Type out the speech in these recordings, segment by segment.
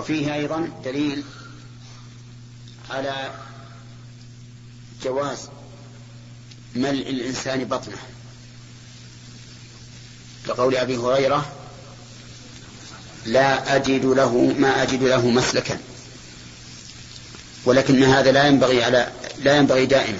وفيه أيضا دليل على جواز ملء الإنسان بطنه، لقول أبي هريرة: لا أجد له مسلكا. ولكن هذا لا ينبغي دائما.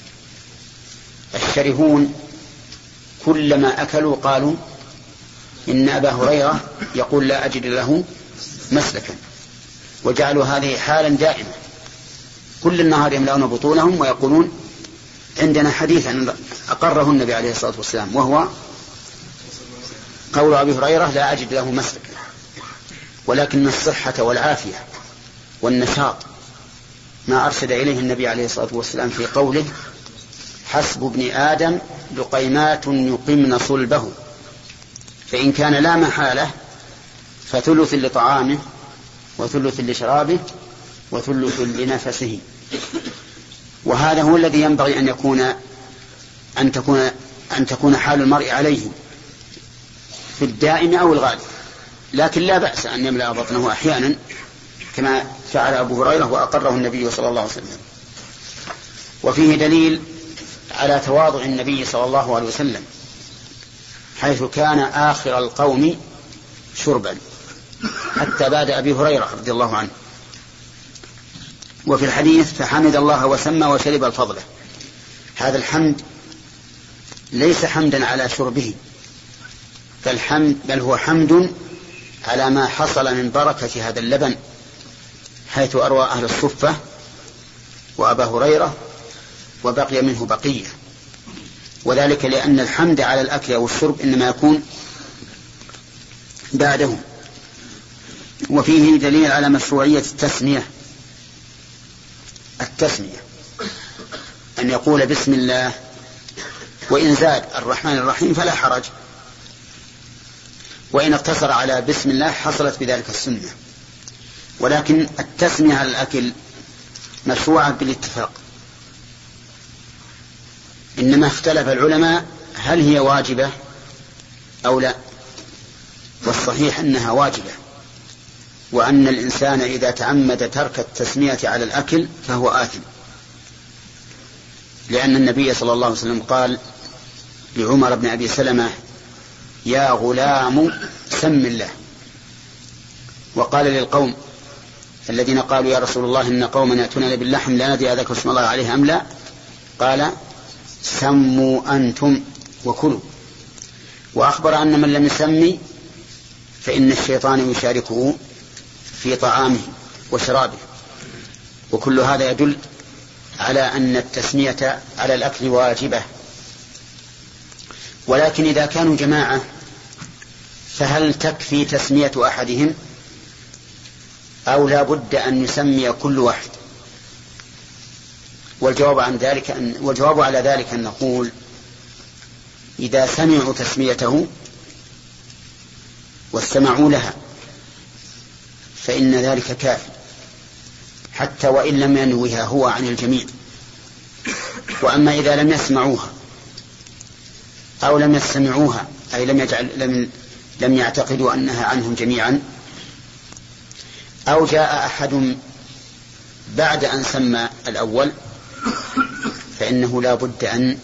الشرهون كلما أكلوا قالوا إن أبا هريرة يقول لا أجد له مسلكا، وجعلوا هذه حالا دائمة، كل النهار يملأون بطونهم ويقولون عندنا حديثا أقره النبي عليه الصلاة والسلام، وهو قول أبي هريرة لا أجد له مسلكا. ولكن الصحة والعافية والنشاط ما أرشد إليه النبي عليه الصلاة والسلام في قوله: حسب ابن آدم لقيمات يقمن صلبه، فإن كان لا محالة فثلث لطعامه وثلث لشرابه وثلث لنفسه. وهذا هو الذي ينبغي أن تكون حال المرء عليه في الدائم أو الغالب، لكن لا بأس أن يملأ بطنه أحيانا كما فعل أبو هريرة وأقره النبي صلى الله عليه وسلم. وفيه دليل على تواضع النبي صلى الله عليه وسلم، حيث كان آخر القوم شربا حتى بعد أبي هريرة رضي الله عنه. وفي الحديث: فحمد الله وسمى وشرب الفضل. هذا الحمد ليس حمدا على شربه، بل هو حمد على ما حصل من بركة هذا اللبن، حيث أروى أهل الصفة وأبا هريرة وبقي منه بقية، وذلك لأن الحمد على الأكل أو الشرب إنما يكون بعده. وفيه دليل على مشروعية التسمية أن يقول بسم الله، وإن زاد الرحمن الرحيم فلا حرج، وإن اقتصر على بسم الله حصلت بذلك السنة. ولكن التسمية على الأكل مشروعة بالاتفاق، إنما اختلف العلماء هل هي واجبة أو لا، والصحيح أنها واجبة، وأن الإنسان إذا تعمد ترك التسمية على الأكل فهو آثم، لأن النبي صلى الله عليه وسلم قال لعمر بن أبي سلمة: يا غلام سم الله. وقال للقوم الذين قالوا: يا رسول الله إن قوما يأتوننا باللحم لا ندري أذكر اسم الله عليه أم لا، قال: سموا أنتم وكلوا. وأخبر أن من لم يسمي فإن الشيطان يشاركه في طعامه وشرابه. وكل هذا يدل على أن التسمية على الأكل واجبة. ولكن إذا كانوا جماعة فهل تكفي تسمية أحدهم أو لا بد أن يسمي كل واحد؟ والجواب على ذلك أن نقول: إذا سمعوا تسميته واستمعوا لها فإن ذلك كافي، حتى وإن لم ينوها هو عن الجميع. وأما إذا لم يسمعوها أو لم يستمعوها، أي لم يعتقدوا أنها عنهم جميعا، أو جاء أحد بعد أن سمى الأول، فإنه لا بد أن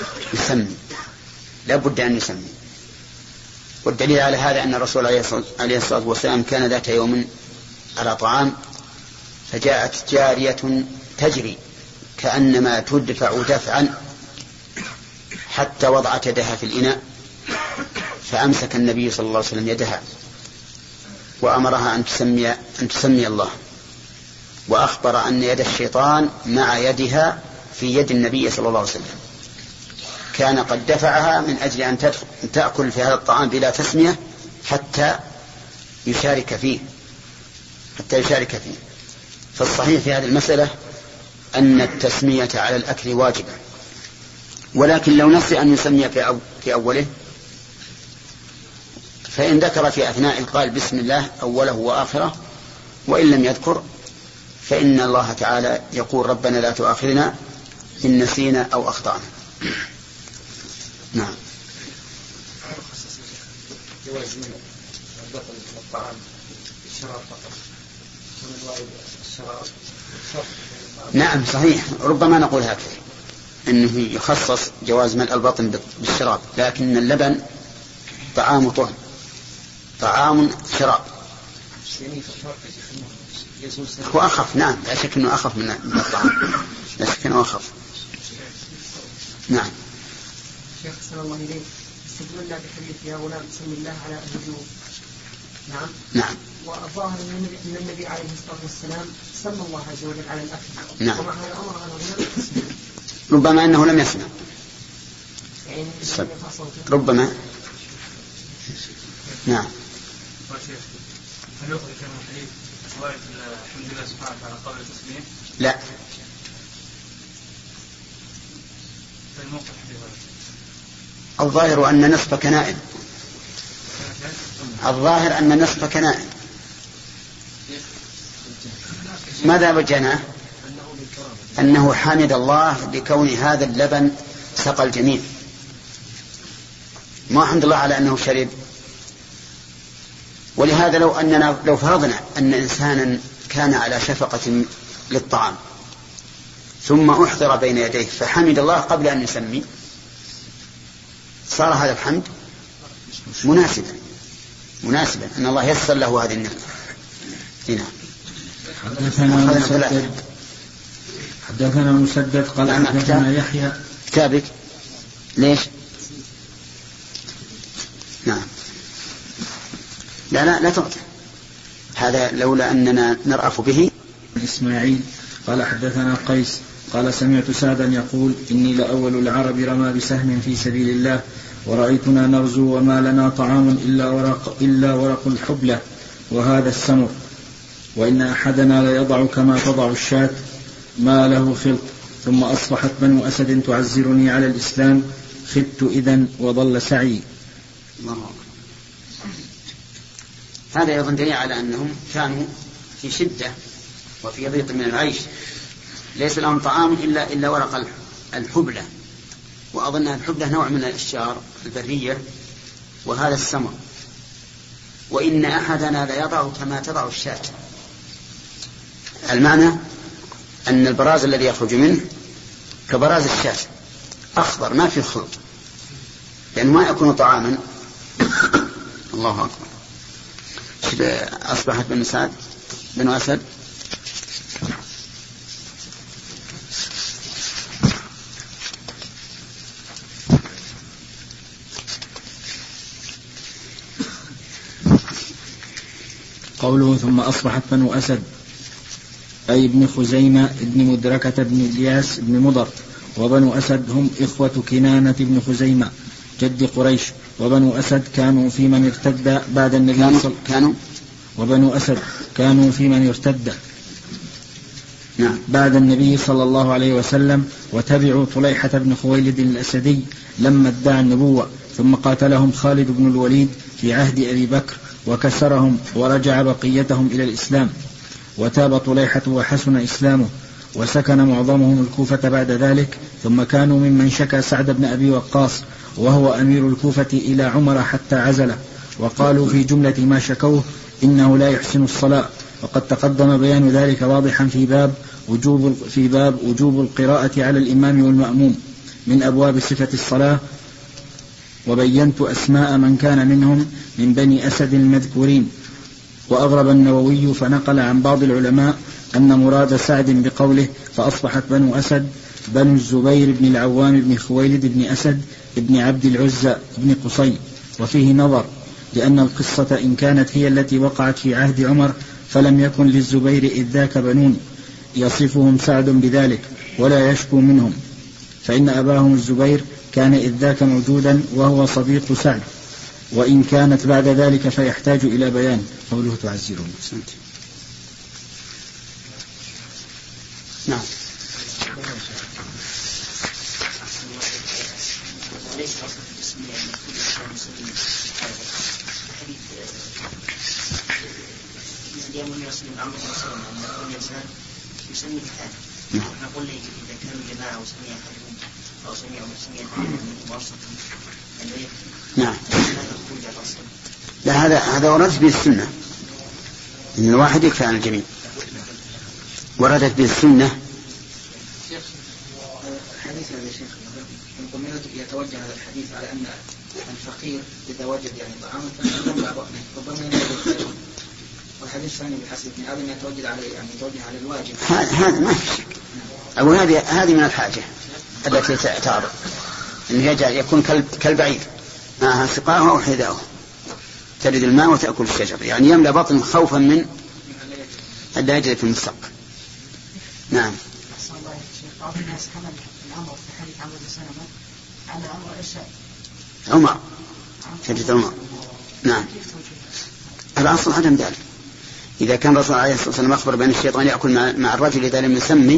يسمي. والدليل على هذا أن الرسول عليه الصلاة والسلام كان ذات يوم على طعام، فجاءت جارية تجري كأنما تدفع دفعا حتى وضعت يدها في الإناء، فأمسك النبي صلى الله عليه وسلم يدها وأمرها أن تسمي الله، وأخبر أن يد الشيطان مع يدها في يد النبي صلى الله عليه وسلم، كان قد دفعها من أجل أن تأكل في هذا الطعام بلا تسمية حتى يشارك فيه. فالصحيح في هذه المسألة أن التسمية على الأكل واجبة، ولكن لو نسي أن يسمي في أوله، فإن ذكر في أثناء قال بسم الله أوله وآخره، وإن لم يذكر فإن الله تعالى يقول: ربنا لا تؤاخذنا إن نسينا أو أخطأنا. نعم. نعم صحيح، ربما نقول هكذا أنه يخصص جواز ملء البطن بالشراب، لكن اللبن طعام طعم، طعام شراب، هو أخف. نعم لا شك أنه أخف من الطعام، لا شك أنه أخف. نعم. شيخ صلى الله عليه استدلنا بحديث يا غلام سم الله على الوجوه. نعم. نعم. والظاهر أن النبي عليه الصلاة والسلام سمى الله عز وجل على الأكل. نعم. ومع هذا أمر على الغلام التسمية. ربما أنه لم يسمع. يعني ربما. نعم. هل يخرج من الحديث رواية الحمد لله سبحانه وتعالى قبل التسمية؟ لا. الظاهر أن نصفك نائم. الظاهر أن نصفك نائم. ماذا وجهنا؟ أنه حمد الله لكون هذا اللبن سقى الجميع، ما حمد الله على أنه شرب. ولهذا لو فرضنا أن إنسانا كان على شفقة للطعام ثم أحضر بين يديه فحمد الله قبل أن يسمي، صار هذا الحمد مناسبا أن الله يسر له هذه النعمة. هنا حدثنا مسدد قال حدثنا يحيى. كتابك ليش؟ نعم. لا تعطي هذا لولا أننا نرأف به. إسماعيل قال حدثنا قيس قال سمعت سعدا يقول إني لأول العرب رمى بسهم في سبيل الله ورأيتنا نرزو وما لنا طعام إلا ورق الحبلة وهذا السمر، وإن أحدنا ليضع كما تضع الشاة ما له خلق، ثم أصبحت بنو أسد تعزرني على الإسلام، خبت إذن وضل سعي. هذا يظن دليل على أنهم كانوا في شدة وفي ضيق من العيش، ليس لهم طعام إلا ورق الحبلة، وأظن الحبلة نوع من الأشجار البرية، وهذا السمر. وإن أحدنا ليضع كما تضع الشاة، المعنى أن البراز الذي يخرج منه كبراز الشاة، أخضر ما فيه خلط، لأنه ما يكون طعاما. الله أكبر. أصبحت بنو أسد قوله ثم أصبحت بنو أسد أي ابن خزيمة ابن مدركة ابن الياس ابن مضر، وبنو أسد هم إخوة كنانة ابن خزيمة جد قريش، وبنو أسد كانوا في من ارتد بعد النبي وبنو أسد كانوا في من ارتد بعد النبي صلى الله عليه وسلم، وتبعوا طليحة بن خويلد الأسدي لما ادعى النبوة، ثم قاتلهم خالد بن الوليد في عهد أبي بكر وكسرهم ورجع بقيتهم إلى الإسلام، وتاب طليحة وحسن إسلامه، وسكن معظمهم الكوفة بعد ذلك، ثم كانوا ممن شكى سعد بن أبي وقاص وهو أمير الكوفة إلى عمر حتى عزله، وقالوا في جملة ما شكوه إنه لا يحسن الصلاة، وقد تقدم بيان ذلك واضحا في باب وجوب القراءة على الإمام والمأموم من أبواب صفة الصلاة، وبينت أسماء من كان منهم من بني أسد المذكورين. وأغرب النووي فنقل عن بعض العلماء أن مراد سعد بقوله فأصبحت بنو أسد بنو الزبير بن العوام بن خويلد بن أسد بن عبد العزى بن قصي، وفيه نظر، لأن القصة إن كانت هي التي وقعت في عهد عمر فلم يكن للزبير إذ ذاك بنون يصفهم سعد بذلك ولا يشكو منهم، فإن أباهم الزبير كان إذ ذاك موجودا وهو صديق سعد، وإن كانت بعد ذلك فيحتاج إلى بيان. قوله تعزرون. نعم. نقول إذا كانوا جماعة وسميع أحدهم أو سميع نعم. لا هذا ورد في السنة إن الواحد يكفي عن الجميع. وردت به السنة. حديث يا شيخ ربما يتوجه هذا الحديث على أن الفقير إذا وجد يعني طعاما فيملأ بطنه ربما ينال خيرا، والحديث الثاني بحسب ابن آدم يتوجه على الواجب. هذا ما في شك. أو هذه من الحاجة التي تعرض أنه يكون كالبعير معها سقاها وحذاؤه تلد الماء وتأكل الشجر، يعني يملأ بطنه خوفا من أن لا يجد في المستقبل. نعم. بعض الناس حمل الأمر في حديث عمرو بن سلمة على أمر الشاء عمر شجرة عمر. نعم. الأصل عدم ذلك. إذا كان الرسول عليه الصلاة والسلام أخبر بأن الشيطان يأكل مع الرجل إذا لم يسمي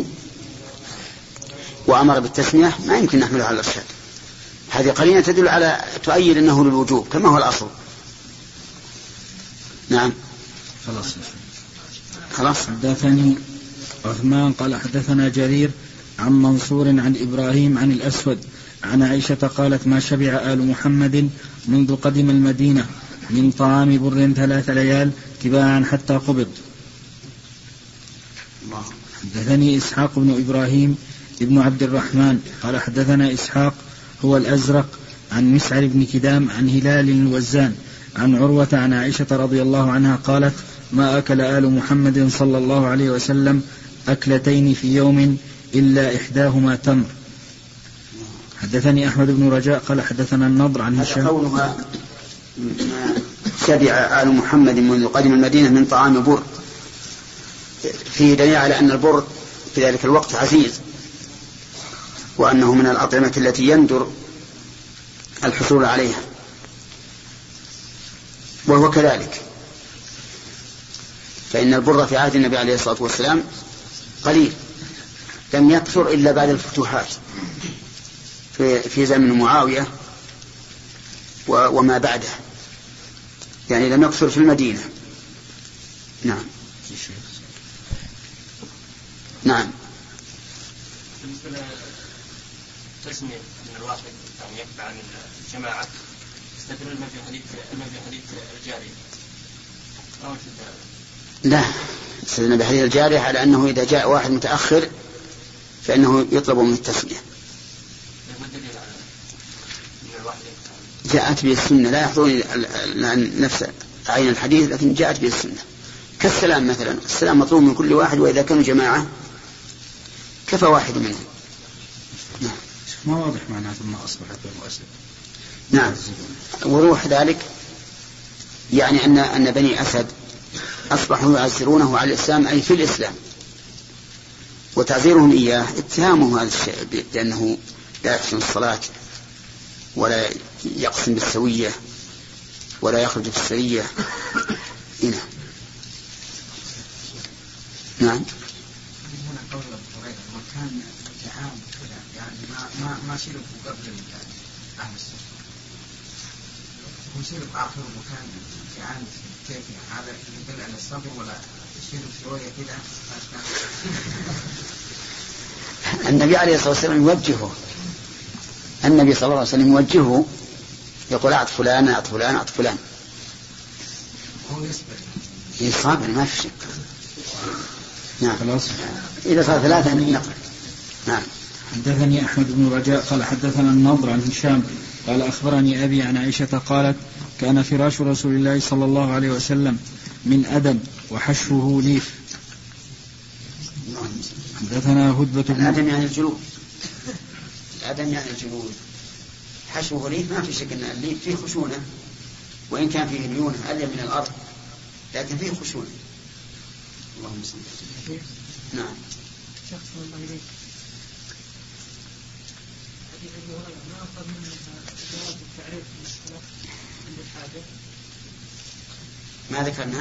وأمر بالتسمية ما يمكن نحمله على الإرشاد. هذه قرينة تدل على تؤيد أنه للوجوب كما هو الأصل. نعم. خلاص. حدثني عثمان قال حدثنا جرير عن منصور عن إبراهيم عن الأسود عن عائشة قالت ما شبع آل محمد منذ قدم المدينة من طعام بر 3 ليال تباعا حتى قبض. حدثني إسحاق بن إبراهيم ابن عبد الرحمن قال حدثنا إسحاق هو الأزرق عن مسعر بن كدام عن هلال الوزان عن عروة عن عائشة رضي الله عنها قالت ما أكل آل محمد صلى الله عليه وسلم أكلتين في يوم إلا إحداهما تمر. حدثني أحمد بن رجاء قال حدثنا النضر عن هشام. قولها شبع آل محمد منذ قدم المدينة من طعام بر فيه دليل على أن البر في ذلك الوقت عزيز، وأنه من الأطعمة التي يندر الحصول عليها، وهو كذلك، فإن البر في عهد النبي عليه الصلاة والسلام قليل، لم يكثر إلا بعد الفتوحات في زمن معاوية وما بعده، يعني لم يكثر في المدينة. نعم. نعم. بالنسبة للتسمية من الواحد يعني يكفى عن الجماعة استدلنا في حديث الجارية. لا، استدلنا بحديث الجارية على أنه إذا جاء واحد متأخر فإنه يطلب من التسمية. جاءت به السنة، لا يحضرني نفس عين الحديث، لكن جاءت به السنة. كالسلام مثلا، السلام مطلوب من كل واحد، وإذا كانوا جماعة كفى واحد منهم. نعم. ما واضح معناه ثم أصبحت المؤسسة. نعم. وروح ذلك يعني أن بني أسد أصبحوا يعزرونه على الإسلام، أي في الإسلام، وتعزيرهم إياه اتهامه هذا الشيء بأنه لا يحسن الصلاة ولا يقسم بالسوية ولا يخرج في السرية. هنا. نعم. هنا قول أبو هريرة وكان جعان يعني ما شربوا قبل أهل السفر، هو شرب آخر وكان جعان كيف هذا يدل على الصبر ولا شرب شوية كده؟ النبي عليه الصلاة والسلام يوجهه، النبي صلى الله عليه وسلم يوجهه يقول أعط فلان أعط فلان أعط فلان، هو يصبر صابر ما في شك. نعم. خلاص. إذا صار 3 نقل. نعم. حدثني أحمد بن رجاء قال حدثنا النضر عن هشام قال أخبرني أبي عن عائشة قالت كان فراش رسول الله صلى الله عليه وسلم من أدم وحشوه ليف. حدثنا هدبة بن الأدم يعني الجلود، الأدم يعني الجلود، حشوه ليف ما في شك أن الليف فيه خشونة، وإن كان فيه ليونة أليم من الأرض لكن فيه خشونة. اللهم صل وسلم. نعم. شخص الله إليك حديث أبي هريرة ما أخذ من جواز التعريف بالصلاة عند الحاجة. ما ذكرنا؟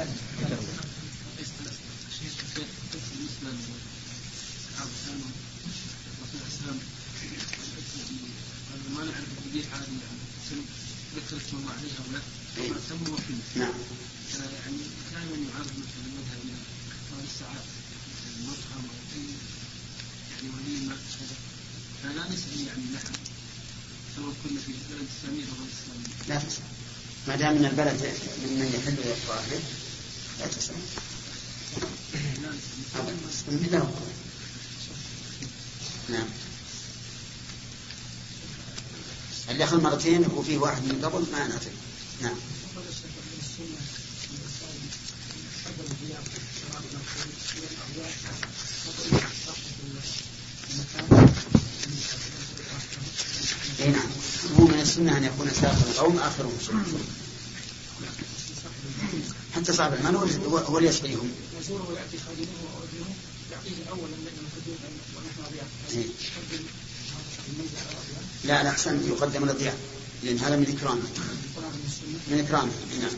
ما نعرف التبديل عادي يعني ذكر اسم الله عليها ولا سموا وكيل. نعم. يعني كان يعرف مثل المذهب من أقوال الساعات المطعم أو أي يعني وليمة كذا، فلا نسأل يعني نحن سواء كنا في البلد الإسلامي أو غير الإسلامي. لا تسأل، ما دام من البلد من يحل ويقطع به لا تسأل. نعم. اللي أخذ مرتين وفيه واحد من قبل ما نعطي. نعم. نعم. هو من السنة أن يكون ساق القوم آخرهم سنة. حتى صاحب المال هو اللي يسقيهم. يزوره ويأتي خادمه وأوديه يعطيه الأول لما يخدمه ونحن أضياف. لا أحسن يقدم الأضياف لأن هذا من إكرامه. من إكرامه. نعم.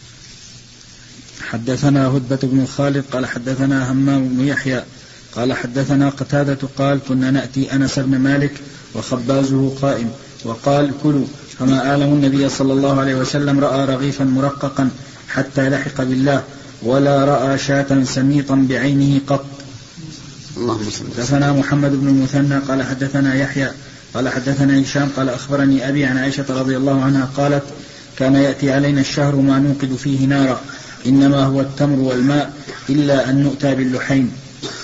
حدثنا هدبة بن خالد قال حدثنا همام بن يحيى قال حدثنا قتادة قال كنا نأتي أنس بن مالك وخبازه قائم وقال كلوا فما آلم النبي صلى الله عليه وسلم رأى رغيفا مرققا حتى لحق بالله ولا رأى شاة سميطا بعينه قط. حدثنا محمد بن المثنى قال حدثنا يحيى قال حدثنا هشام قال أخبرني أبي عن عائشة رضي الله عنها قالت كان يأتي علينا الشهر ما نوقد فيه نارا إنما هو التمر والماء إلا أن نؤتى باللحين.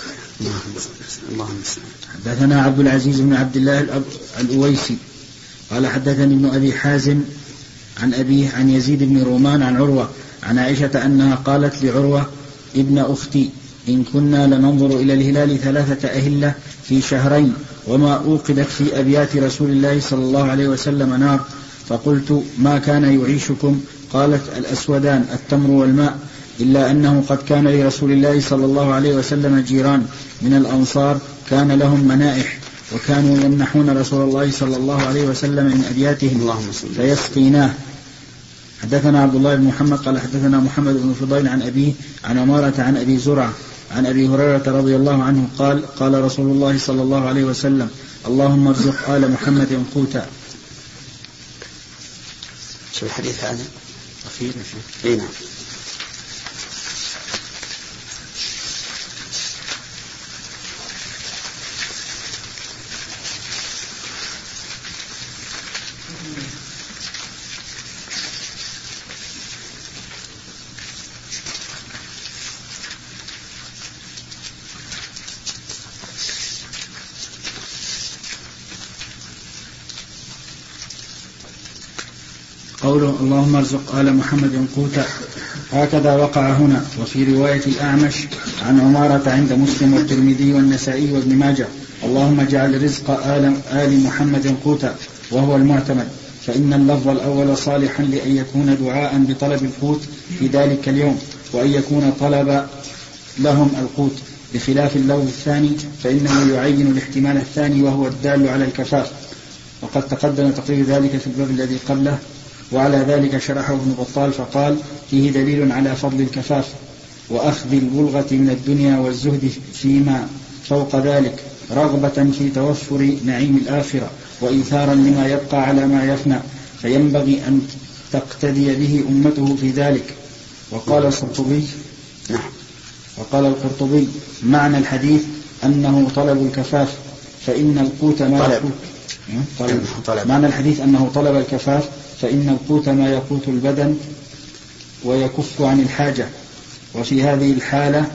حدثنا عبد العزيز بن عبد الله الأويسي قال حدثني ابن أبي حازم عن أبيه عن يزيد بن رومان عن عروة عن عائشة أنها قالت لعروة ابن أختي إن كنا لننظر إلى الهلال 3 أهلة في شهرين وما أوقدت في أبيات رسول الله صلى الله عليه وسلم نار فقلت ما كان يعيشكم قالت الأسودان التمر والماء إلا أنه قد كان لرسول الله صلى الله عليه وسلم جيران من الأنصار كان لهم منائح وكانوا يمنحون رسول الله صلى الله عليه وسلم من أبياتهم فيسقيناه. حدثنا عبد الله بن محمد قال حدثنا محمد بن فضيل عن أبيه عن عمارة عن أبي زرعة عن أبي هريرة رضي الله عنه قال قال رسول الله صلى الله عليه وسلم اللهم ارزق آل محمد قوتا. شو الحديث هذا؟ أخير نعم. قوله اللهم ارزق آل محمد قوتا هكذا وقع هنا. وفي رواية الأعمش عن عمارة عند مسلم والترمذي والنسائي وابن ماجه اللهم اجعل رزق آل محمد قوتا وهو المعتمد فإن اللفظ الأول صالحا لأن يكون دعاء بطلب القوت في ذلك اليوم وأن يكون طلب لهم القوت بخلاف اللفظ الثاني فإنه يعين الاحتمال الثاني وهو الدال على الكفاف وقد تقدم تقرير ذلك في الباب الذي قبله. وعلى ذلك شرحه ابن بطال فقال فيه دليل على فضل الكفاف وأخذ البلغة من الدنيا والزهد فيما فوق ذلك رغبة في توفر نعيم الآخرة وإيثارا لما يبقى على ما يفنى فينبغي أن تقتدي به أمته في ذلك. وقال القرطبي معنى الحديث أنه طلب الكفاف فإن القوت ما يقوت معنى الحديث أنه طلب الكفاف فإن القوت ما يقوت البدن ويكف عن الحاجة وفي هذه الحالة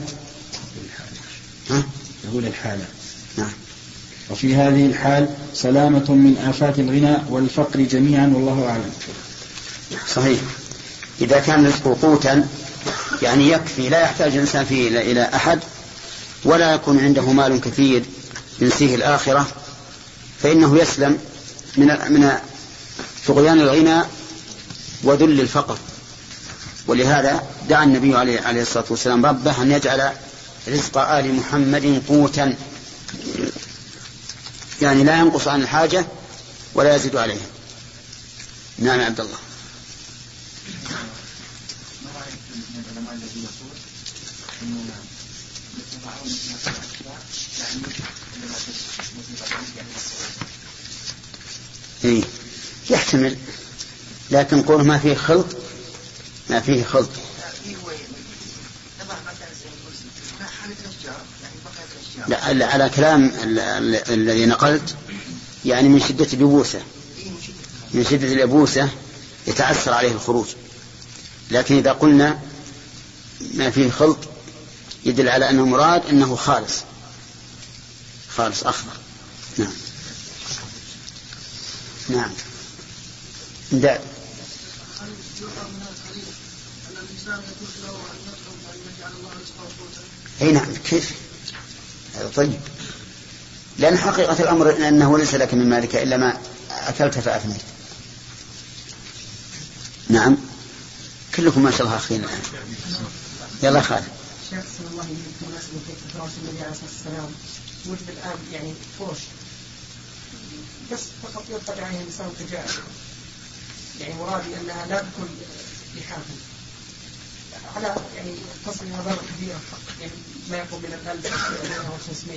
وفي هذه الحال سلامة من آفات الغنى والفقر جميعا والله أعلم. صحيح. إذا كان رزقه قوتا يعني يكفي لا يحتاج الإنسان فيه إلى أحد ولا يكون عنده مال كثير ينسيه الآخرة فإنه يسلم من طغيان الغنى وذل الفقر. ولهذا دعا النبي عليه الصلاة والسلام ربه أن يجعل رزق آل محمد قوتا يعني لا ينقص عن الحاجة ولا يزيد عليها. نعم عبد الله. يحتمل لكن قوله ما فيه خلط لا على كلام الذي نقلت يعني من شدة اليبوسة يتعثر عليه الخروج. لكن إذا قلنا ما فيه خلط يدل على أن المراد أنه خالص أخضر. نعم. نعم. ده. أي نعم. كيف؟ هذا طيب. لأن حقيقة الأمر أنه ليس لك من مالك إلا ما أكلت فأفنيت. نعم. كلكم ما شاء الله أخينا الآن. يلا خالد. شيخ صلى الله عليه وسلم في فراش النبي عليه الصلاة والسلام وجد الآن يعني فرش بس فقط يطلع عليه الإنسان تجاهل يعني مرادي أنها لا تكون لحافل على يعني تصل إلى ضرر كبيرة يعني ما يقوم من 1500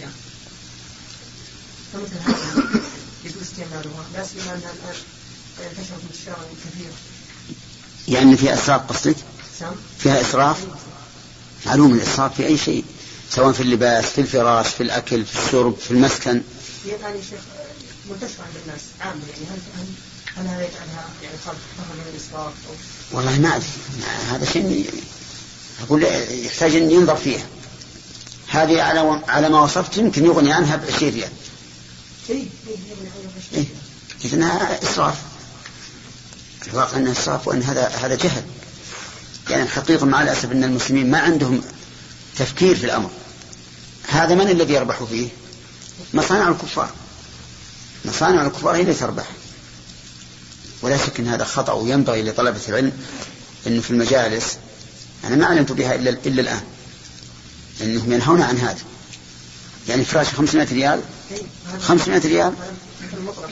فمثل هذا يجوز استعمالها لا سيما أنها الآن انتشرت انتشارا كثيرا. يعني فيها إسراف قصدك؟ فيها إسراف؟ معلوم الإسراف في أي شيء سواء في اللباس في الفراش في الأكل في الشرب في المسكن. يعني شيخ منتشر عند الناس عام يعني هل هذا يجعلها يعني خلف من الإسراف أو؟ والله ما أدري هذا شيء أقول يحتاج أن ينظر فيها. هذه على ما وصفت يمكن يغني عنها ب20 ريال. إذنها إسراف. الواقع أنها إسراف وأن هذا جهل. يعني الحقيقة مع الأسف أن المسلمين ما عندهم تفكير في الأمر. هذا من الذي يربح فيه؟ مصانع الكفار هي اللي تربح. ولا شك أن هذا خطأ وينبغي لطلبة العلم أنه في المجالس أنا ما علمت بها إلا الآن أنهم ينهون عن هذا. يعني فراش 500 ريال 500 ريال. المطرح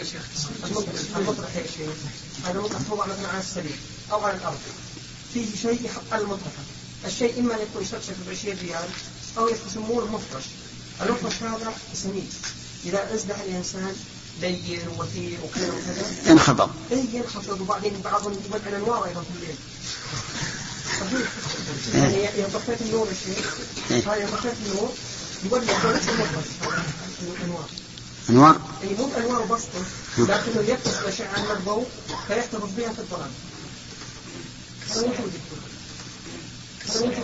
هذا مطرح وضع مثلا على السرير أو على الأرض فيه شيء يحق على المطرحة. الشيء إما يكون شكشك ب20 ريال أو يسموه المفرش. المفرش هذا سميك إذا أزدح الإنسان لين وثير وكذا وكذا ينخفض وبعدين بعضهم يبدأ الأنوار أيضا في الليل. يعني ينطفيت النور الشيء هذا ينطفيت النور يولي نفس المفرش أنوار أي مو أنوار بسيطة لكنه يكتس الأشعة عن الضوء فيحتفظ بها في الظلام. هذا مو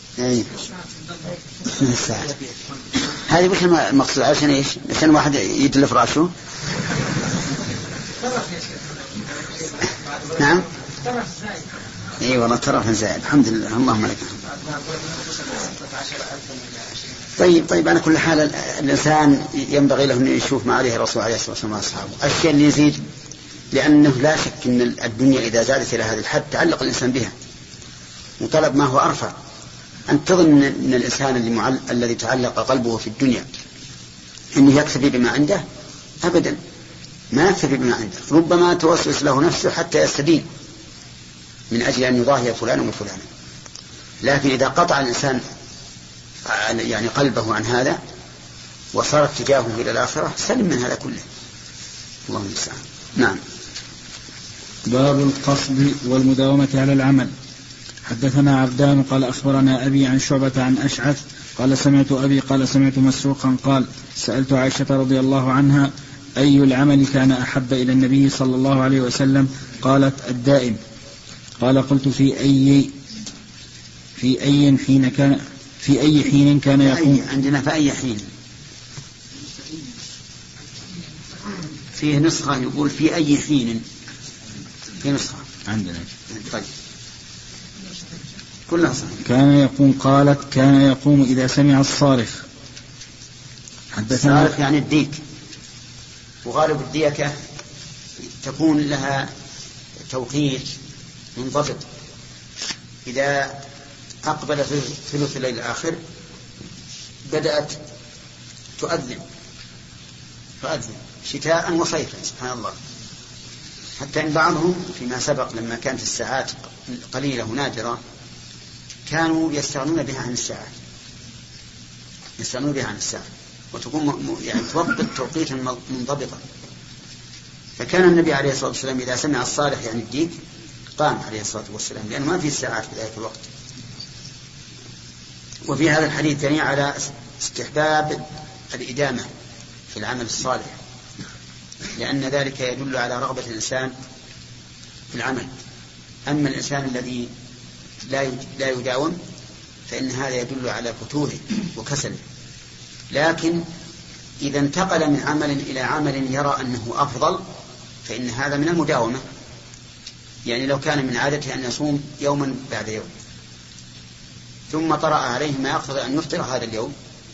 الساعة. هذه وش المقصود عشان إيش؟ عشان واحد يدلف رأسه. نعم. أي والله ترى زائد الحمد لله اللهم لك. طيب على كل حال الإنسان ينبغي له أن يشوف ما عليه الرسول عليه الصلاة والسلام وأصحابه الشيء اللي يزيد لأنه لا شك أن الدنيا إذا زادت إلى هذا الحد تعلق الإنسان بها وطلب ما هو أرفع. أن تظن أن الإنسان الذي تعلق قلبه في الدنيا أنه يكتفي بما عنده أبدا ما يكتفي بما عنده. ربما توسوس له نفسه حتى يستدين من أجل أن يضاهي فلان وفلان. لكن إذا قطع الإنسان يعني قلبه عن هذا وصار اتجاهه إلى الآخرة سلم من هذا كله. الله المستعان. نعم. باب القصد والمداومة على العمل. حدثنا عبدان قال أخبرنا أبي عن شعبة عن أشعث قال سمعت أبي قال سمعت مسروقا قال سألت عائشة رضي الله عنها أي العمل كان أحب إلى النبي صلى الله عليه وسلم؟ قالت الدائم. قال قلت في أي حين كان يقوم. عندنا في أي حين فيه نسخة يقول في أي حين في نسخة عندنا. طيب كلها صحيح. كان يقوم. قالت كان يقوم إذا سمع الصارخ. حدثنا الصارخ يعني الديك وغالب الديكة تكون لها توقيت منضبط. إذا أقبل في ثلث الليل الآخر بدأت تؤذن شتاء وصيفا سبحان الله. حتى إن بعضهم فيما سبق لما كانت الساعات قليلة ونادرة كانوا يستغنون بها عن الساعة وتكون يعني توقت توقيتا منضبطا. فكان النبي عليه الصلاة والسلام إذا سمع الصالح يعني الديك قام عليه الصلاة والسلام لأنه ما في ساعات في ذلك الوقت. وفي هذا الحديث دليل على استحباب الإدامة في العمل الصالح لأن ذلك يدل على رغبة الإنسان في العمل. أما الإنسان الذي لا يداوم فإن هذا يدل على فتوره وكسله. لكن إذا انتقل من عمل إلى عمل يرى أنه أفضل فإن هذا من المداومة. يعني لو كان من عادته أن يصوم يوما بعد يوم ثم طرأ عليه ما يقتضي أن يفطر هذا اليوم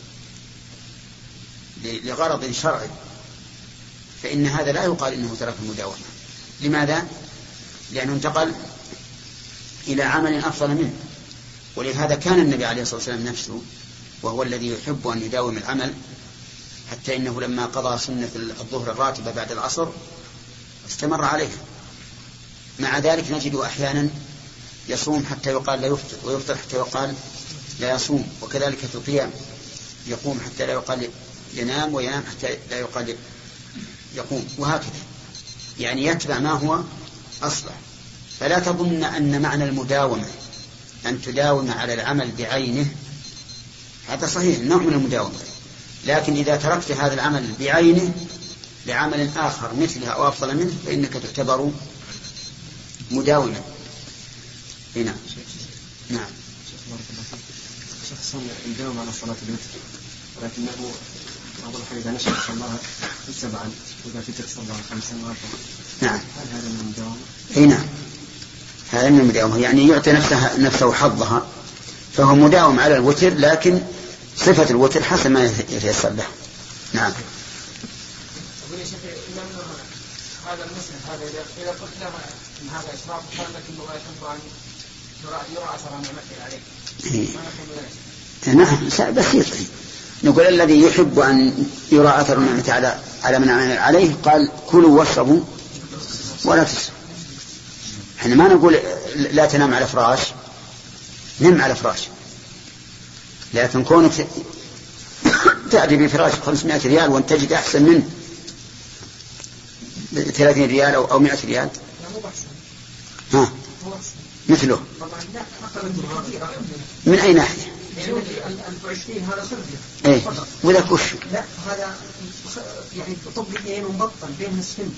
لغرض شرعي فإن هذا لا يقال إنه ترك المداومة. لماذا؟ لأنه انتقل إلى عمل أفضل منه. ولهذا كان النبي عليه الصلاة والسلام نفسه وهو الذي يحب أن يداوم العمل حتى إنه لما قضى سنة الظهر الراتبة بعد العصر استمر عليها. مع ذلك نجد أحيانا يصوم حتى يقال لا يفطر ويفطر حتى يقال لا يصوم. وكذلك في القيام يقوم حتى لا يقال ينام وينام حتى لا يقال يقوم وهكذا. يعني يتبع ما هو أصلح. فلا تظن أن معنى المداومة أن تداوم على العمل بعينه. هذا صحيح نوع من المداومة. لكن إذا تركت هذا العمل بعينه لعمل آخر مثله أو أفضل منه فإنك تعتبر مداوما. هنا نعم. شخص يداوم على صلاة الوتر ولكنه بعض الأحيان إذا نشأ صلاها 7 وإذا فتر صلاها 5 و4. نعم. هل هذا من المداومة؟ أي نعم هذا من المداومة. يعني يعطي نفسه حظها فهو مداوم على الوتر لكن صفة الوتر حسب ما يتيسر له. نعم. أقول يا شيخ لأن هذا المسلم هذا إذا قلت له إن هذا إسراف قال لك إنه لا يحب أن يرى أثر نعمته عليه. نعم بسيط. نقول الذي يحب أن يرى أثر نعمته على من عمل عليه قال كلوا واشربوا ولا تسرفوا. احنا ما نقول لا تنام على فراش، نم على فراش. لكن كونك تأتي بفراش 500 ريال وأن تجد أحسن منه 30 ريال أو 100 ريال ها مثله من أي ناحية؟ 1020 هذا صرف. إيه ولا كش؟ لا هذا يعني طبق مبطن بين السفنج.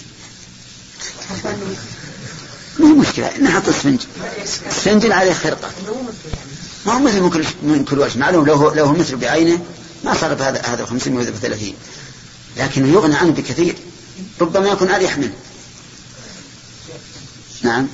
ما هي مشكلة نحط السفنج. السفنج عليه خرقة. ما هو مثل من كل وجه. معلوم لو مثل بعينه ما صار هذا 530 لكنه يغنى عنه بكثير ربما يكون أريح منه. نعم.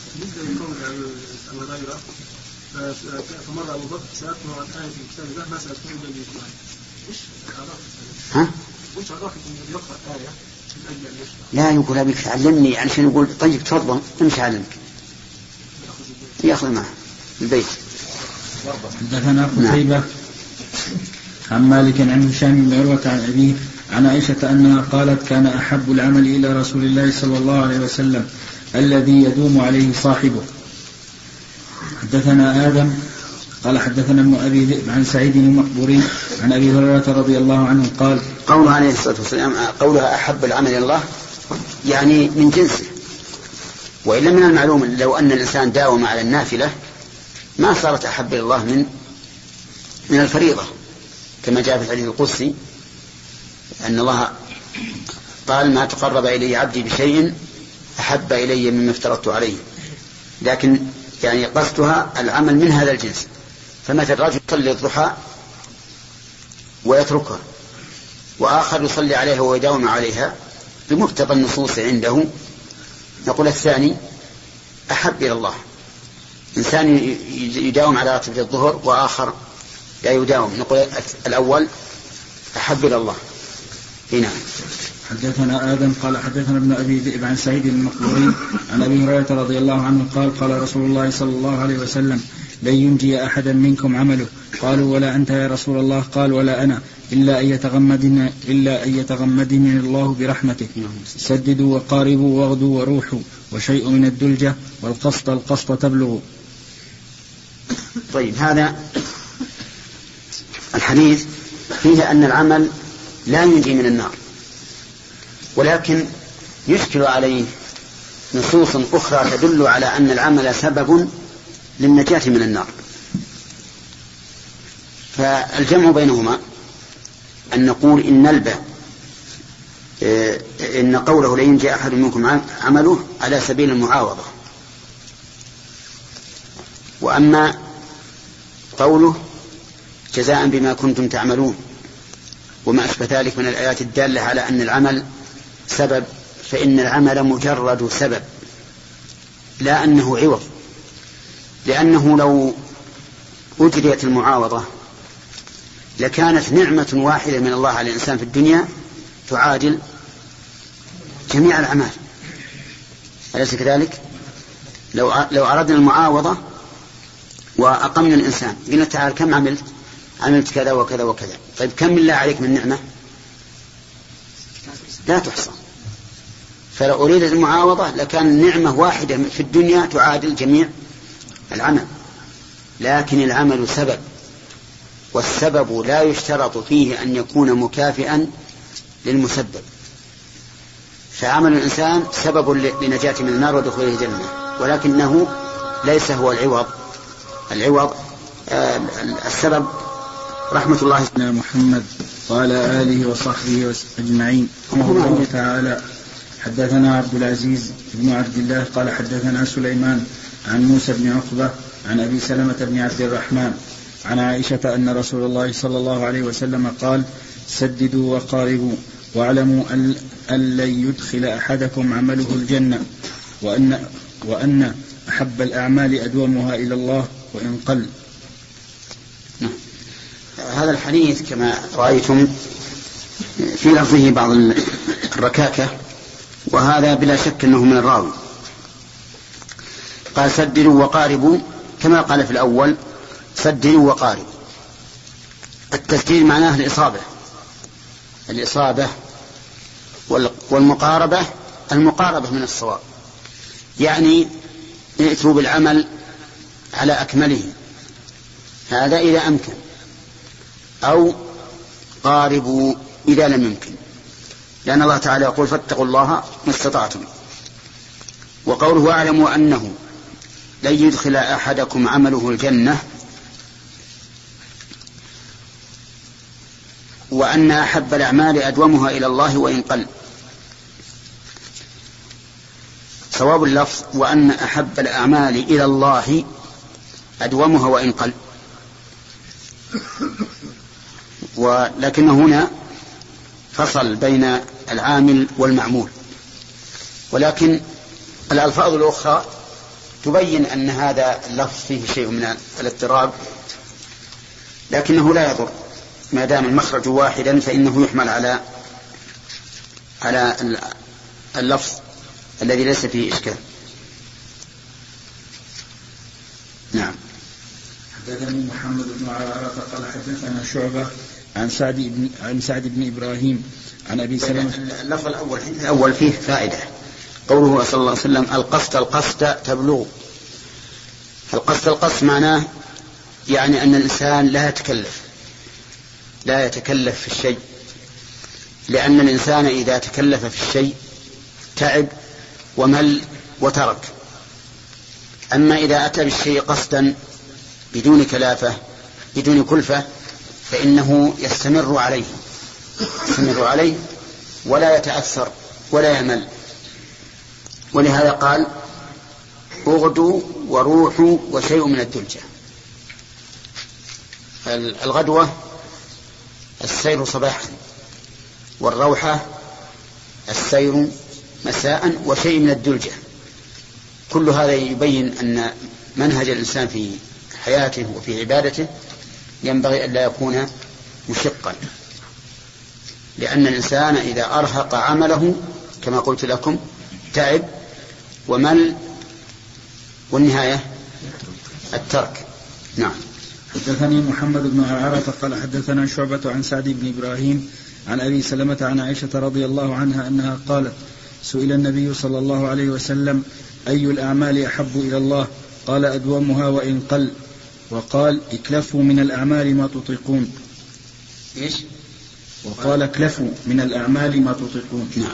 فمر أبو بكر سألته عن آية في كتاب الله ما سألته إلا الإجماع. ها؟ وش عرفك أن يقرأ آية من أجل أن يشرع؟ لا يقول أبيك تعلمني يعني شنو يقول طيب تفضل امشي علمك يأخذ معه البيت. حدثنا قتيبة عن مالك عن هشام بن عروة عن أبيه عن عائشة أنها قالت كان أحب العمل إلى رسول الله صلى الله عليه وسلم الذي يدوم عليه صاحبه. حدثنا آدم قال حدثنا ابن أبي ذئب عن سعيد المقبوري عن أبي هريرة رضي الله عنه قال قوله عليه الصلاة والسلام قولها أحب العمل إلى الله يعني من جنسه. وإلا من المعلوم لو أن الإنسان داوم على النافلة ما صارت أحب إلى الله من الفريضة كما جاء في الحديث القدسي أن الله قال ما تقرب إلي عبدي بشيء أحب إلي مما افترضت عليه. لكن يعني قصدها العمل من هذا الجنس. فمثل الرجل يصلي الضحى ويتركها وآخر يصلي عليها ويداوم عليها بمقتضى النصوص عنده نقول الثاني أحب إلى الله. إنسان يداوم على راتبة الظهر وآخر لا يداوم نقول الأول أحب إلى الله. هنا حدثنا آدم قال حدثنا ابن أبي ذئب عن سعيد المقبوري عن أبي هريرة رضي الله عنه قال قال رسول الله صلى الله عليه وسلم لن ينجي أحدا منكم عمله. قالوا ولا أنت يا رسول الله؟ قال ولا أنا إلا أن يتغمدني الله برحمته. سددوا وقاربوا واغدوا وروحوا وشيء من الدلجة والقسط تبلغ. طيب هذا الحديث فيه أن العمل لا ينجي من النار ولكن يشكل عليه نصوص أخرى تدل على أن العمل سبب للنجاة من النار. فالجمع بينهما أن نقول إن قوله لا ينجي أحد منكم عمله على سبيل المعاوضة. وأما قوله جزاء بما كنتم تعملون وما أشبه ذلك من الآيات الدالة على أن العمل سبب، فإن العمل مجرد سبب لا أنه عوض، لأنه لو أجريت المعاوضة لكانت نعمة واحدة من الله على الإنسان في الدنيا تعادل جميع الأعمال، أليس كذلك؟ لو أردنا المعاوضة وأقمنا الإنسان قلنا تعال كم عملت كذا وكذا وكذا، طيب كم بالله عليك من نعمة؟ لا تحصى. فلو أريد المعاوضة لكان نعمة واحدة في الدنيا تعادل جميع العمل، لكن العمل سبب، والسبب لا يشترط فيه أن يكون مكافئا للمسبب. فعمل الإنسان سبب لنجاة من النار ودخوله الجنة، ولكنه ليس هو العوض السبب. رحمة الله على محمد وعلى آله وصحبه أجمعين. رحمه الله تعالى. حدثنا عبد العزيز بن عبد الله قال حدثنا سليمان عن موسى بن عقبة عن أبي سلمة بن عبد الرحمن عن عائشة أن رسول الله صلى الله عليه وسلم قال سددوا وقاربوا واعلموا أن لن يدخل أحدكم عمله الجنة وأن أحب الأعمال أدومها إلى الله وإن قل. هذا الحديث كما رأيتم في لفظه بعض الركاكة، وهذا بلا شك أنه من الراوي. قال سددوا وقاربوا كما قال في الأول سددوا وقاربوا. التسديد معناه الإصابة والمقاربة المقاربة من الصواب، يعني ائتوا بالعمل على أكمله، هذا إذا أمكن، أو قاربوا إذا لم يمكن، لأن الله تعالى يقول فاتقوا الله ما استطعتم. وقوله واعلموا أنه لن يدخل أحدكم عمله الجنة وأن أحب الأعمال أدومها إلى الله وإن قل. صواب اللفظ وأن أحب الأعمال إلى الله أدومها وإن قل، ولكن هنا فصل بين العامل والمعمول، ولكن الألفاظ الأخرى تبين أن هذا اللفظ فيه شيء من الاضطراب، لكنه لا يضر ما دام المخرج واحدا، فإنه يحمل على اللفظ الذي ليس فيه إشكال. نعم. حدثني محمد بن عرارة قال حدثنا شعبة عن سعد بن إبراهيم عن أبي سلمة. اللفظ الأول فيه فائدة، قوله صلى الله عليه وسلم القصد تبلغ. القصد معناه يعني أن الإنسان لا يتكلف في الشيء، لأن الإنسان إذا تكلف في الشيء تعب ومل وترك. أما إذا أتى بالشيء قصدا بدون كلفة فإنه يستمر عليه ولا يتأثر ولا يمل. ولهذا قال اغدوا وروحوا وشيء من الدلجة. الغدوة السير صباحا، والروحة السير مساء، وشيء من الدلجة. كل هذا يبين أن منهج الإنسان في حياته وفي عبادته ينبغي أن لا يكون مشقا، لأن الإنسان إذا أرهق عمله كما قلت لكم تعب ومل، والنهاية الترك. نعم. حدثني محمد بن عرارة قال حدثنا شعبة عن سعد بن إبراهيم عن أبي سلمة عن عائشة رضي الله عنها أنها قالت سئل النبي صلى الله عليه وسلم أي الأعمال أحب إلى الله؟ قال أدومها وإن قل. وقال اكلفوا من الأعمال ما تطيقون. إيش؟ وقال اكلفوا من الأعمال ما تطيقون. نعم.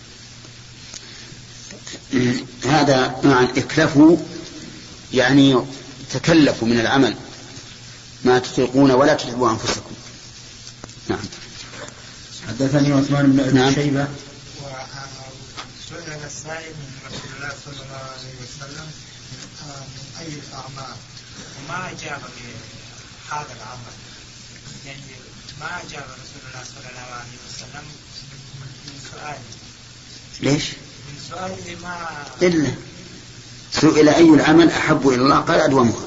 هذا معنى اكلفوا يعني تكلفوا من العمل ما تطيقون ولا تتعبوا أنفسكم. نعم. حدثني عثمان بن أبي شيبة. سئل السائل من رسول الله صلى الله عليه وسلم من أي الأعمال، وما أجاب هذا العمل يعني ما أجاب رسول الله صلى الله عليه وسلم من سؤاله. ليش؟ من سؤاله ما إلا سئل أي العمل أحب إلى الله قال أدومها،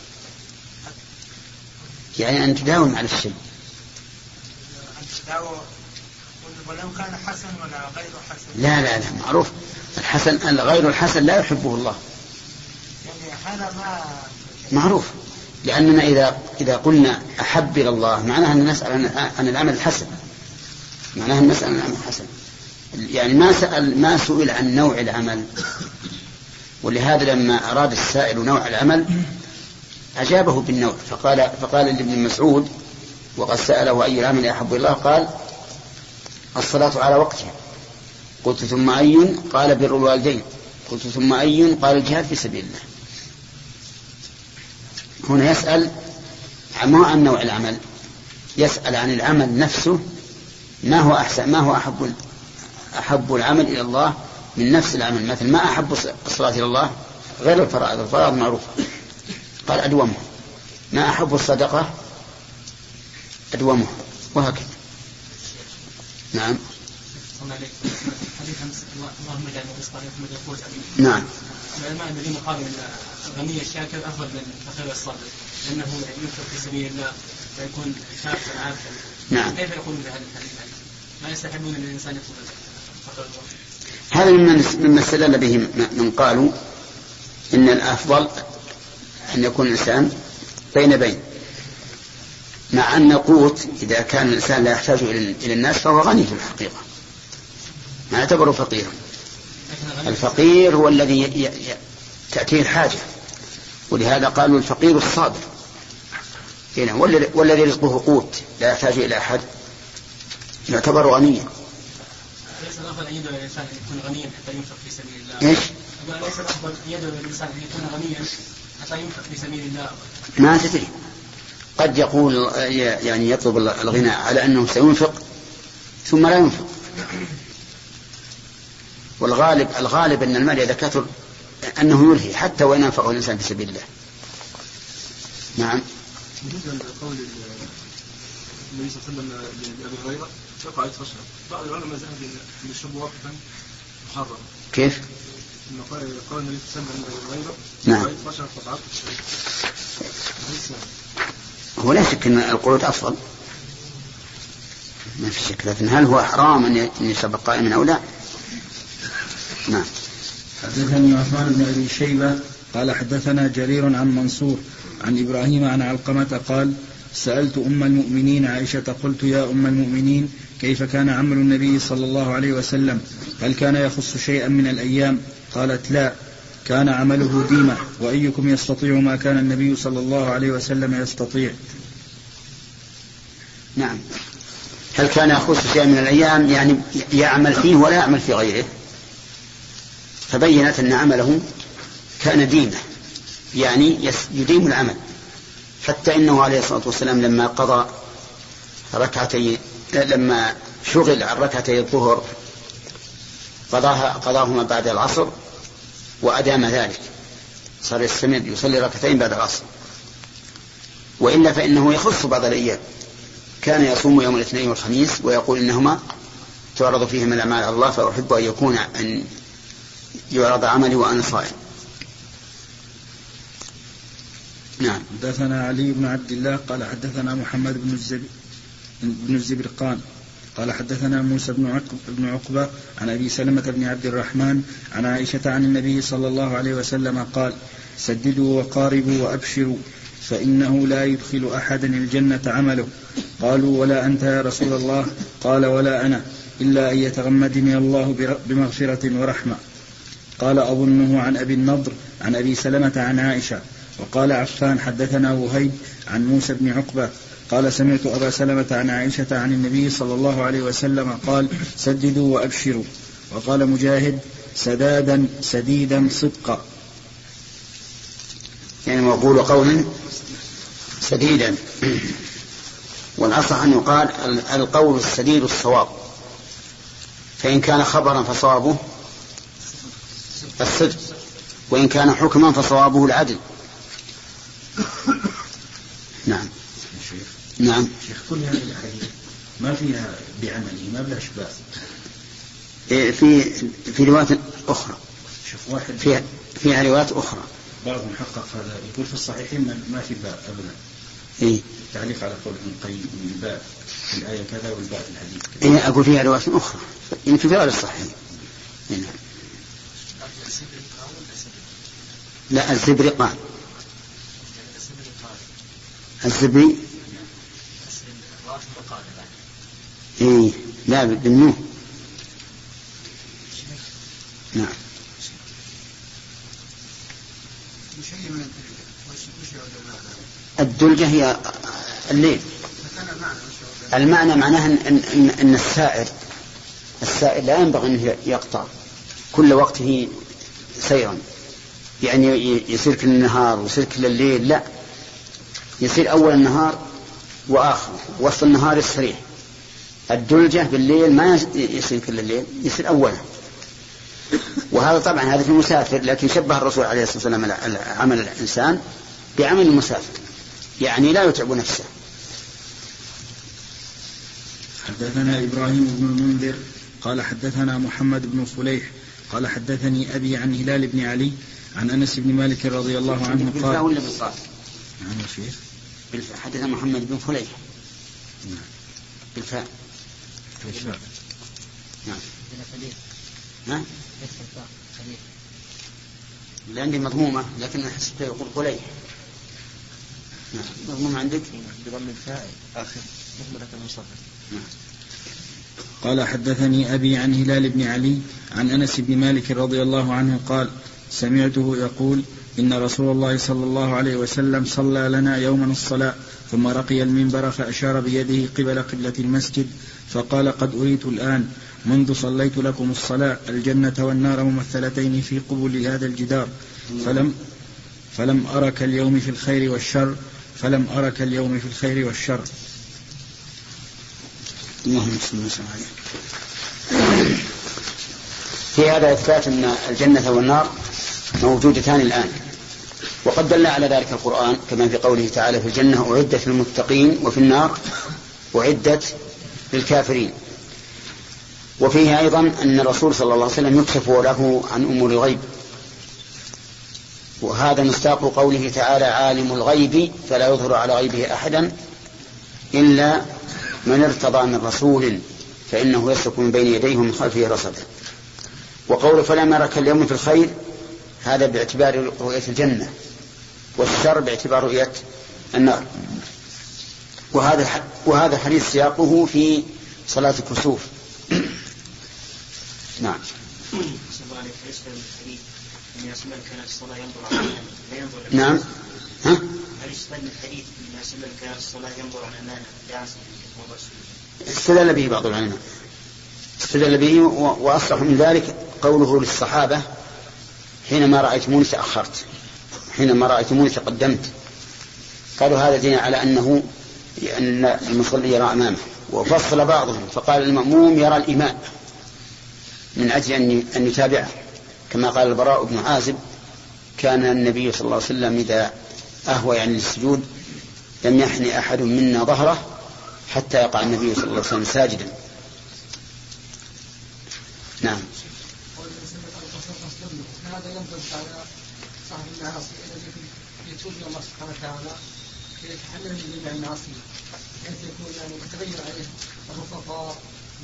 يعني أن تداوم على الشيء. أن تداوم ولو كان حسن ولا غير حسن. لا معروف الحسن غير الحسن لا يحبه الله، يعني هذا ما معروف. لأننا إذا قلنا أحب إلى الله معناها أن نسأل عن العمل الحسن، معناها أن نسأل عن العمل الحسن، يعني ما سئل عن نوع العمل. ولهذا لما أراد السائل نوع العمل أجابه بالنوع، فقال لابن مسعود وقد سأله أي العمل أحب إلى الله قال الصلاة على وقتها. قلت ثم أي؟ قال بر الوالدين. قلت ثم أي؟ قال الجهاد في سبيل الله. هنا يسأل ما عن نوع العمل، يسأل عن العمل نفسه، ما هو أحسن، ما هو أحب العمل إلى الله من نفس العمل. مثل ما أحب الصلاة إلى الله غير الفرائض، الفرائض معروفة قال أدومها، ما أحب الصدقة أدومها، وهكذا. نعم. نعم. العلماء الذين قالوا ان الغني الشاكر افضل من الفقير الصابر لانه ينفق في سبيل الله ويكون شاكرا عابدا. نعم. كيف يقول بهذا الحديث؟ ما يستحبون ان الانسان يطلب الفقير؟ هذا مما استدل به من قالوا ان الافضل ان يكون الانسان بين مع ان القوت اذا كان الانسان لا يحتاج الى الناس فهو غني في الحقيقه، ما يعتبر فقيرا. الفقير هو الذي تأتيه الحاجة، ولهذا قالوا الفقير الصابر، والذي رزقه قوت لا يحتاج إلى أحد يعتبر غنيا. ليس الأفضل أن يدعو الإنسان أن يكون غنيا حتى ينفق في سبيل الله؟ إيش؟ ليس الأفضل أن يدعو الإنسان أن يكون غنيا حتى ينفق في سبيل الله؟ ما تدري، قد يقول يعني يطلب الغنى على أنه سينفق ثم لا ينفق. والغالب أن المال إذا كثر أنه يلهي حتى وإن أنفقه الإنسان في سبيل الله. نعم. بالنسبة لقول النبي صلى الله عليه وسلم لأبي هريرة يقع يتفشر، بعض العلماء ذهب إلى الشرب واقفا محرم. كيف؟ إنه قال النبي صلى الله عليه وسلم لأبي هريرة نعم. يتفشر فضعت هو لا شك أن القعود أفضل، ما في شك، لكن هل هو حرام أن يشرب قائما أو لا؟ نعم. حدثني عثمان بن أبي شيبة قال حدثنا جرير عن منصور عن إبراهيم عن علقمة قال سألت أم المؤمنين عائشة قلت يا أم المؤمنين كيف كان عمل النبي صلى الله عليه وسلم، هل كان يخص شيئا من الأيام؟ قالت لا، كان عمله ديمة، وأيكم يستطيع ما كان النبي صلى الله عليه وسلم يستطيع. نعم. هل كان يخص شيئا من الأيام يعني يعمل فيه ولا يعمل في غيره؟ فبينت أن عمله كان ديمة، يعني يديم العمل، حتى إنه عليه الصلاة والسلام لما شغل عن ركعتي الظهر قضاهما بعد العصر وأدام ذلك، صار يستمر يصلي ركعتين بعد العصر. وإلا فإنه يخص بعض الأيام، كان يصوم يوم الاثنين والخميس ويقول إنهما تعرض فيهما الأعمال على الله، فأحب أن يعرض عملي وأنا صائم. نعم. حدثنا علي بن عبد الله قال حدثنا محمد بن الزبرقان قال حدثنا موسى بن عقبة عن أبي سلمة بن عبد الرحمن عن عائشة عن النبي صلى الله عليه وسلم قال سددوا وقاربوا وأبشروا فإنه لا يدخل أحدا الجنة عمله. قالوا ولا أنت يا رسول الله؟ قال ولا أنا إلا أن يتغمدني الله بمغفرة ورحمة. قال أظنه عن أبي النضر عن أبي سلمة عن عائشة. وقال عفان حدثنا وهيب عن موسى بن عقبة قال سمعت أبا سلمة عن عائشة عن النبي صلى الله عليه وسلم قال سددوا وأبشروا. وقال مجاهد سدادا سديدا صدقا، يعني مقول قول سديدا، والأصح أن يقال القول السديد الصواب، فإن كان خبرا فصوابه الصدق، وإن كان حكما فصوابه العدل. نعم. نعم. شيخ كل هذه الأحاديث ما فيها بعمله، ما بلا شباب. في روايات أخرى. شوف واحد فيها روايات أخرى. بعض محقق هذا يقول في الصحيحين ما في باء أبدا. إيه؟ تعليق على قول ابن القيم من الباء في الآية كذا والباء في الحديث كذا. إيه أقول فيها روايات أخرى يمكن في غير الصحيح. إيه؟ لا الزبرقان. الزبري. إيه لا بالنوح. نعم. الدلجة هي الليل. المعنى معناها أن السائر لا ينبغي أن يقطع كل وقته سيرا، يعني يصير كل النهار ويصير كل الليل، لا، يصير أول النهار وآخره، وسط النهار يستريح. الدلجة بالليل ما يصير كل الليل، يصير أوله. وهذا طبعا هذا في المسافر، لكن شبه الرسول عليه الصلاة والسلام عمل الإنسان بعمل المسافر، يعني لا يتعب نفسه. حدثنا إبراهيم بن المنذر قال حدثنا محمد بن فليح قال حدثني أبي عن هلال بن علي عن أنس بن مالك رضي الله عنه قال. بالفاء ولا بالصاد؟ نعم يا شيخ. بالفاء. حدثنا محمد بن فليح. نعم. بالفاء. بالفاء. نعم. نعم. اللي عندي مضمومة لكن حسبته يقول فليح. نعم. مضمومة عندك؟ بضم الفاء آخر مهملة المصطفى. نعم. قال حدثني أبي عن هلال بن علي عن أنس بن مالك رضي الله عنه قال سمعته يقول إن رسول الله صلى الله عليه وسلم صلى لنا يوما الصلاة ثم رقي المنبر فأشار بيده قبل قبلة المسجد فقال قد أريت الآن منذ صليت لكم الصلاة الجنة والنار ممثلتين في قبل هذا الجدار فلم أرك اليوم في الخير والشر فلم أرك اليوم في الخير والشر. في هذا إثبات أن الجنة والنار موجودتان الآن، وقد دل على ذلك القرآن كما في قوله تعالى في الجنة أعدت للمتقين وفي النار أعدت للكافرين. وفيه أيضا أن الرسول صلى الله عليه وسلم يكشف له عن أمور الغيب، وهذا مصداق قوله تعالى عالم الغيب فلا يظهر على غيبه أحدا إلا من ارتضى من رسول فإنه يسلك من بين يديه ومن خلفه رصدا. وقوله فلم أرك اليوم في الخير هذا باعتبار رؤية الجنة، والشر باعتبار رؤية النار. وهذا حديث سياقه في صلاة الكسوف. نعم. نعم. ها؟ استدل به بعض العلماء، استدل به، وأصح من ذلك قوله للصحابة حينما رأيتموني تأخرت، حينما رأيتموني تقدمت، قالوا هذا دين على أن المصلي يرى أمامه. وفصل بعضهم فقال المأموم يرى الإمام من أجل أن يتابعه، كما قال البراء بن عازب كان النبي صلى الله عليه وسلم إذا أهوى يعني للسجود لم يحني أحد منا ظهره حتى يقع النبي صلى الله عليه وسلم ساجدا. نعم. هذا ينطبق على صاحب المعاصي الذي يتوب الله سبحانه وتعالى يتحمل من جميع المعاصي بحيث يكون يعني تتغير عليه الرفقاء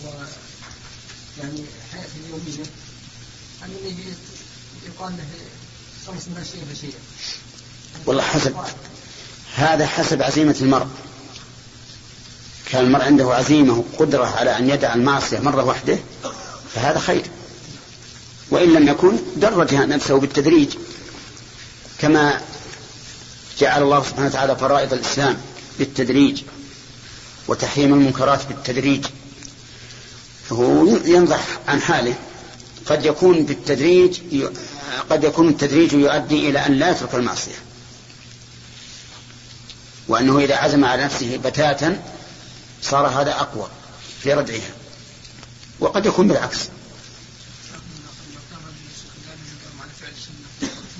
ويعني حياته اليومية، أن يقال له خمس من شيء فشيء. والله هذا حسب عزيمة المرء. كان المرء عنده عزيمة وقدرة على أن يدع المعصية مرة واحدة فهذا خير، وإن لم يكن درج نفسه بالتدريج، كما جعل الله سبحانه وتعالى فرائض الإسلام بالتدريج وتحريم المنكرات بالتدريج. فهو ينضح عن حاله، قد يكون التدريج يؤدي إلى أن لا يترك المعصية، وأنه إذا عزم على نفسه بتاتا صار هذا أقوى في ردعها، وقد يكون بالعكس.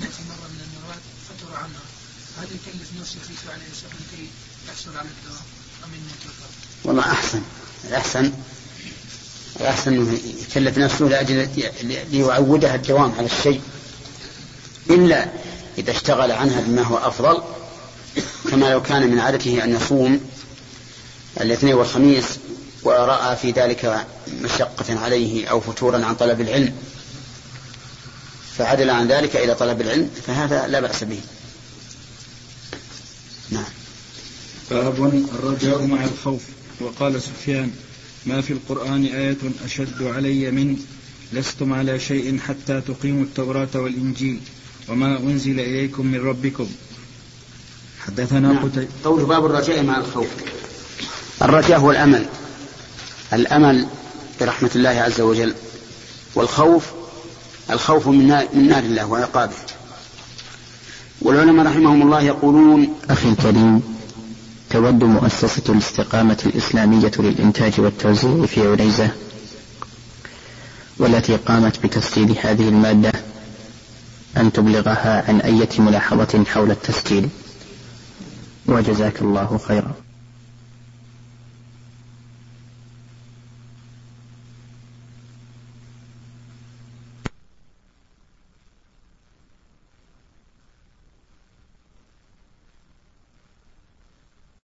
هذا يكلف نفسه في فعل الشيخ لكي يحصل على الدوام. والله الأحسن أنه يكلف نفسه لأجل ليعودها الدوام على الشيء، إلا إذا اشتغل عنها بما هو أفضل، كما لو كان من عادته أن يصوم الاثنين والخميس ورأى في ذلك مشقة عليه أو فتورا عن طلب العلم فعدل عن ذلك إلى طلب العلم، فهذا لا بأس به. نعم. باب الرجاء مع الخوف. وقال سفيان: ما في القرآن آية أشد علي من لستم على شيء حتى تقيموا التوراة والإنجيل وما أنزل إليكم من ربكم. حدثنا قول باب الرجاء مع الخوف. الرجاء هو الأمل برحمة الله عز وجل، والخوف من نار الله وعقابه. والعلماء رحمهم الله يقولون: أخي الكريم، تود مؤسسة الاستقامة الإسلامية للإنتاج والتوزيع في عنيزة، والتي قامت بتسجيل هذه المادة، أن تبلغها عن أي ملاحظة حول التسجيل، وجزاك الله خيرا.